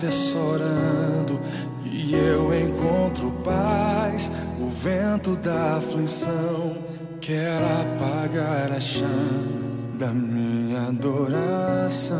mas é chorando que eu encontro paz. O vento da aflição quer apagar a chama da minha adoração.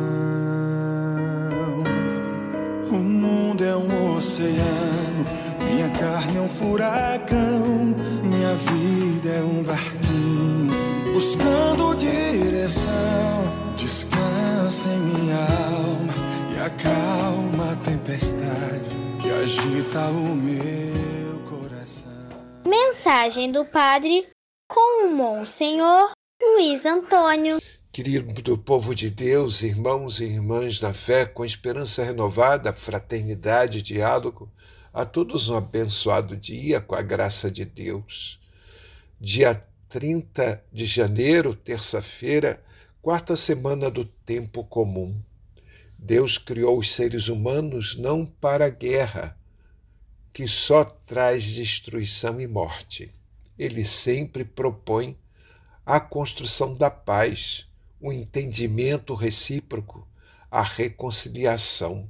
O mundo é um oceano, minha carne é um furacão, minha vida é um barquinho buscando direção. Descansa em minha alma e acalma a tempestade que agita o meu coração. Mensagem do Padre com o Monsenhor Luiz Antônio. Querido povo de Deus, irmãos e irmãs na fé, com esperança renovada, fraternidade e diálogo, a todos um abençoado dia com a graça de Deus. Dia 30 de janeiro, terça-feira, quarta semana do tempo comum. Deus criou os seres humanos não para a guerra, que só traz destruição e morte. Ele sempre propõe a construção da paz, o entendimento recíproco, a reconciliação.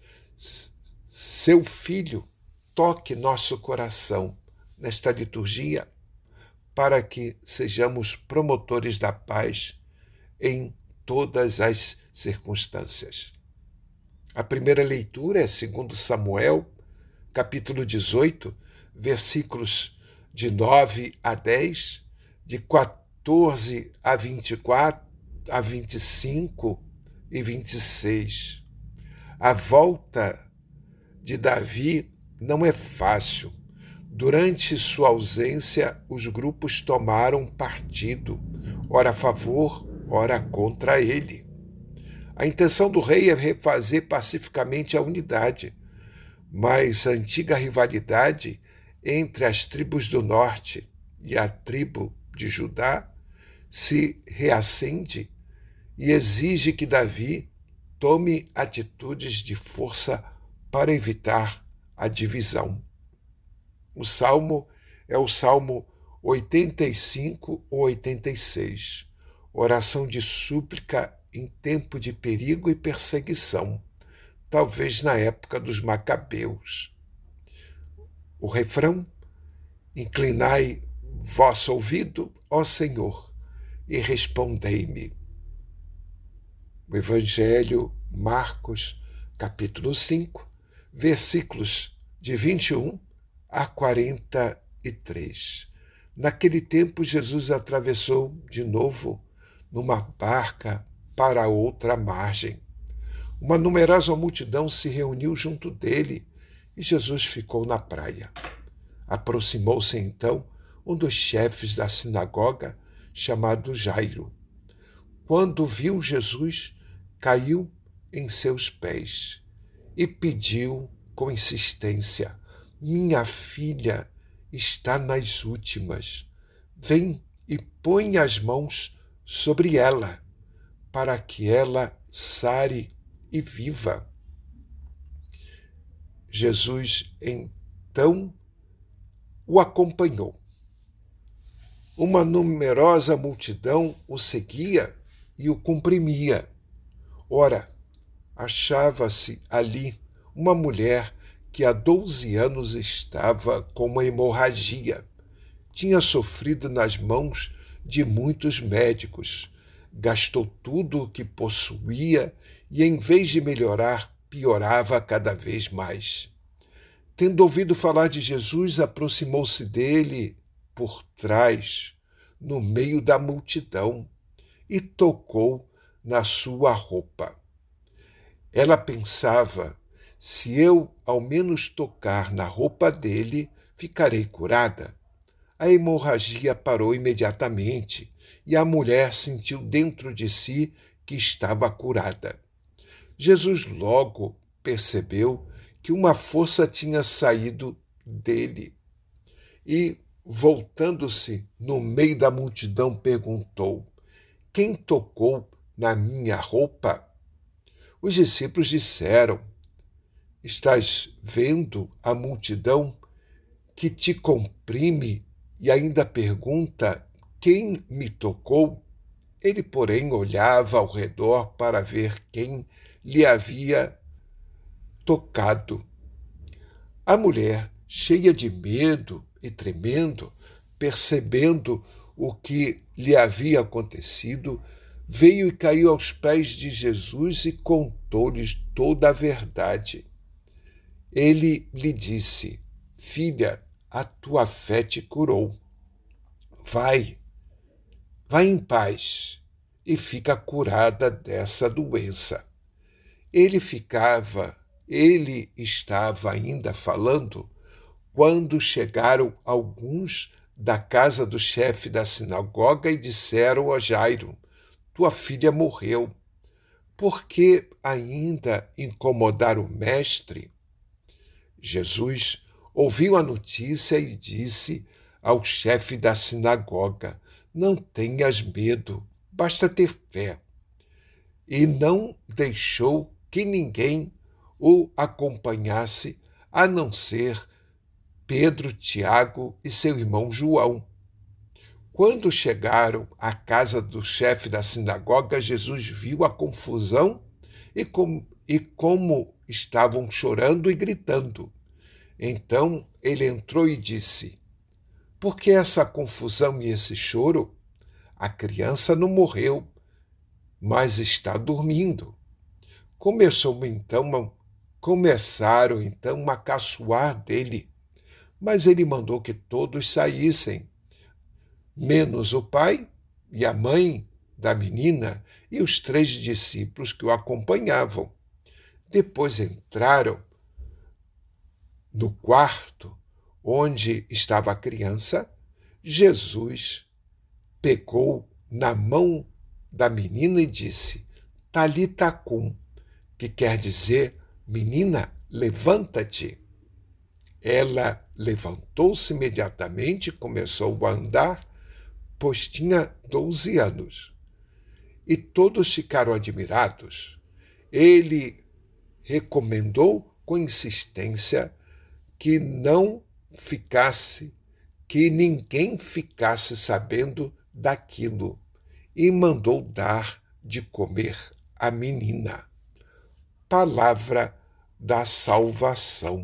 Seu Filho toque nosso coração nesta liturgia para que sejamos promotores da paz em todas as circunstâncias. A primeira leitura é 2 Samuel, capítulo 18, versículos de 9 a 10, de 14 a 24, a 25 e 26. A volta de Davi não é fácil. Durante sua ausência, os grupos tomaram partido, ora a favor, ora contra ele. A intenção do rei é refazer pacificamente a unidade, mas a antiga rivalidade entre as tribos do norte e a tribo de Judá se reacende e exige que Davi tome atitudes de força para evitar a divisão. O salmo é o Salmo 85 ou 86, oração de súplica em tempo de perigo e perseguição, talvez na época dos Macabeus. O refrão: inclinai vosso ouvido, ó Senhor, e respondei-me. O Evangelho, Marcos, capítulo 5, versículos de 21 a 43. Naquele tempo, Jesus atravessou de novo numa barca para outra margem. Uma numerosa multidão se reuniu junto dele e Jesus ficou na praia. Aproximou-se então um dos chefes da sinagoga, chamado Jairo. Quando viu Jesus, caiu em seus pés e pediu com insistência: minha filha está nas últimas. Vem e põe as mãos sobre ela, para que ela sare e viva. Jesus então o acompanhou. Uma numerosa multidão o seguia e o comprimia. Ora, achava-se ali uma mulher que há 12 anos estava com uma hemorragia. Tinha sofrido nas mãos de muitos médicos, gastou tudo o que possuía e, em vez de melhorar, piorava cada vez mais. Tendo ouvido falar de Jesus, aproximou-se dele por trás, no meio da multidão, e tocou na sua roupa. Ela pensava: se eu ao menos tocar na roupa dele, ficarei curada. A hemorragia parou imediatamente e a mulher sentiu dentro de si que estava curada. Jesus logo percebeu que uma força tinha saído dele e, voltando-se no meio da multidão, perguntou: quem tocou na minha roupa? Os discípulos disseram: estás vendo a multidão que te comprime e ainda pergunta: quem me tocou? Ele, porém, olhava ao redor para ver quem lhe havia tocado. A mulher, cheia de medo e tremendo, percebendo o que lhe havia acontecido, veio e caiu aos pés de Jesus e contou-lhes toda a verdade. Ele lhe disse: Filha, a tua fé te curou. Vai em paz e fica curada dessa doença. Ele estava ainda falando quando chegaram alguns da casa do chefe da sinagoga e disseram a Jairo: Tua filha morreu. Por que ainda incomodar o mestre? Jesus ouviu a notícia e disse ao chefe da sinagoga: Não tenhas medo, basta ter fé. E não deixou que ninguém o acompanhasse, a não ser Pedro, Tiago e seu irmão João. Quando chegaram à casa do chefe da sinagoga, Jesus viu a confusão e como estavam chorando e gritando. Então ele entrou e disse: Por que essa confusão e esse choro? A criança não morreu, mas está dormindo. Começaram então a caçoar dele, mas ele mandou que todos saíssem, menos o pai e a mãe da menina e os 3 discípulos que o acompanhavam. Depois entraram no quarto onde estava a criança. Jesus pegou na mão da menina e disse: Talita cum, que quer dizer: Menina, levanta-te. Ela levantou-se imediatamente e começou a andar, pois tinha 12 anos. E todos ficaram admirados. Ele recomendou com insistência que ninguém ficasse sabendo daquilo e mandou dar de comer à menina. Palavra da salvação.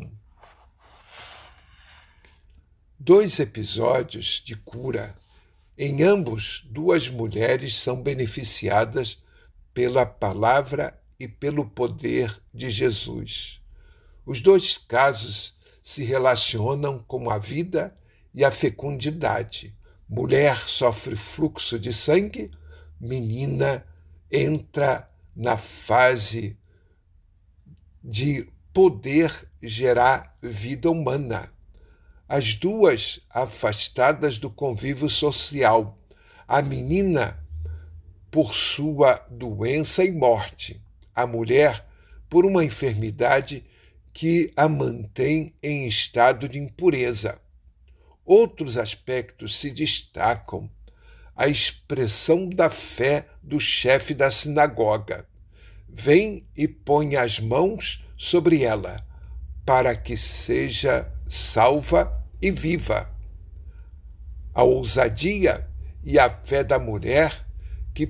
2 episódios de cura. Em ambos, 2 mulheres são beneficiadas pela palavra e pelo poder de Jesus. Os 2 casos se relacionam com a vida e a fecundidade. Mulher sofre fluxo de sangue, menina entra na fase de poder gerar vida humana. As 2 afastadas do convívio social. A menina por sua doença e morte. A mulher por uma enfermidade que a mantém em estado de impureza. Outros aspectos se destacam. A expressão da fé do chefe da sinagoga. Vem e põe as mãos sobre ela, para que seja salva e viva. A ousadia e a fé da mulher que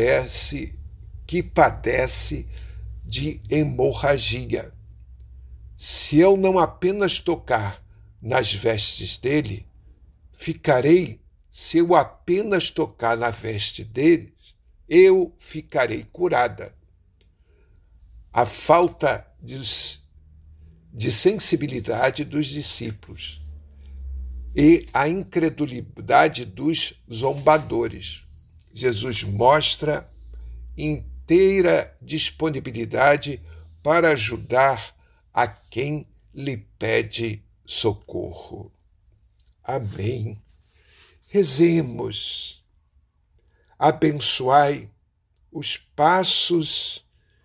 padece de hemorragia. Se eu não apenas tocar nas vestes dele, se eu apenas tocar na veste dele, eu ficarei curada. A falta de sensibilidade dos discípulos e a incredulidade dos zombadores. Jesus mostra inteira disponibilidade para ajudar a quem lhe pede socorro. Amém. Rezemos. Abençoai os passos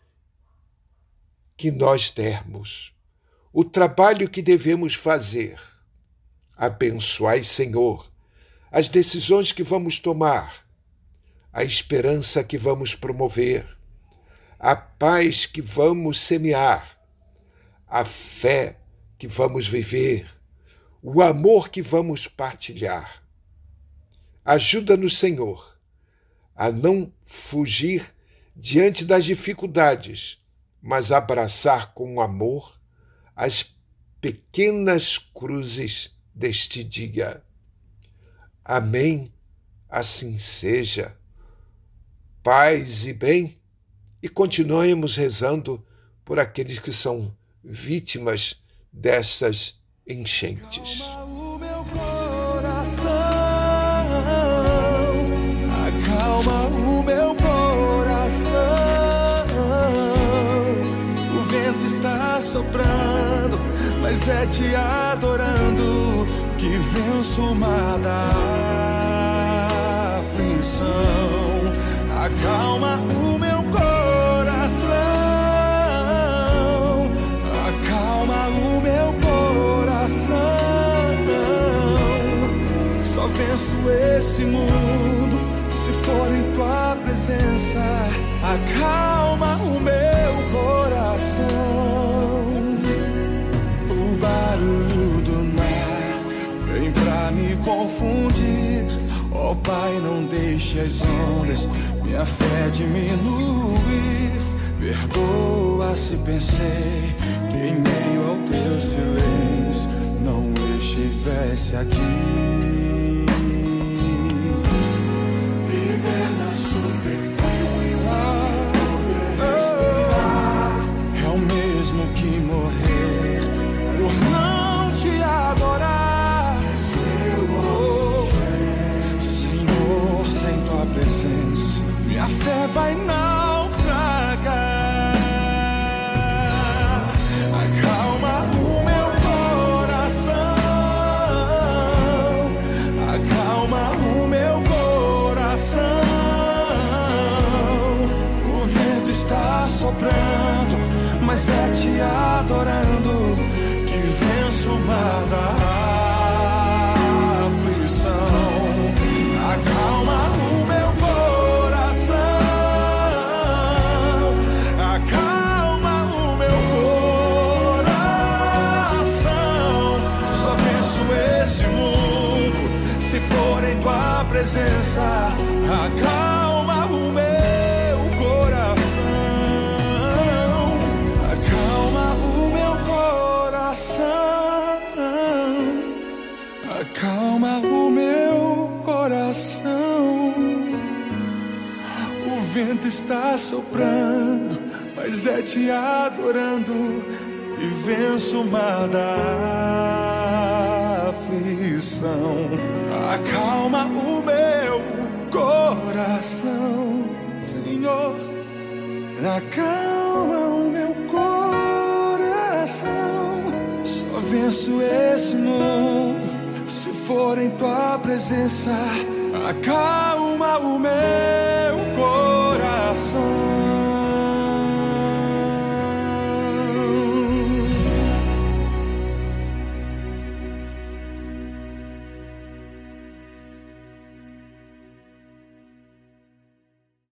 que nós dermos, o trabalho que devemos fazer. Abençoai, Senhor, as decisões que vamos tomar, a esperança que vamos promover, a paz que vamos semear, a fé que vamos viver, o amor que vamos partilhar. Ajuda-nos, Senhor, a não fugir diante das dificuldades, mas abraçar com amor as pequenas cruzes deste dia. Amém, assim seja. Paz e bem, e continuemos rezando por aqueles que são vítimas dessas enchentes. Acalma o meu coração, o vento está soprando, mas é te adorando que venço o mar da aflição. Acalma o meu coração, acalma o meu coração. Só venço esse mundo se for em tua presença. Acalma o meu coração. O barulho do mar vem pra me confundir. Ó Pai, não deixe as ondas minha fé diminuir. Perdoa se pensei que em meio ao teu silêncio não estivesse aqui. Viver na superfície é o mesmo que morrer por não te adorar. Senhor, sem tua presença minha fé vai naufragar. Acalma o meu coração, acalma o meu coração. O vento está soprando, mas é te adorando que venço o mar da aflição. Acalma o meu coração, acalma o meu coração. Só venço esse mundo se for em tua presença. Acalma o meu coração, acalma o meu coração, acalma o meu coração. O vento está soprando, mas é te adorando e venço o mar da aflição. Acalma o meu coração, Senhor. Acalma o meu coração. Só venço esse mundo se for em tua presença. Acalma o meu coração.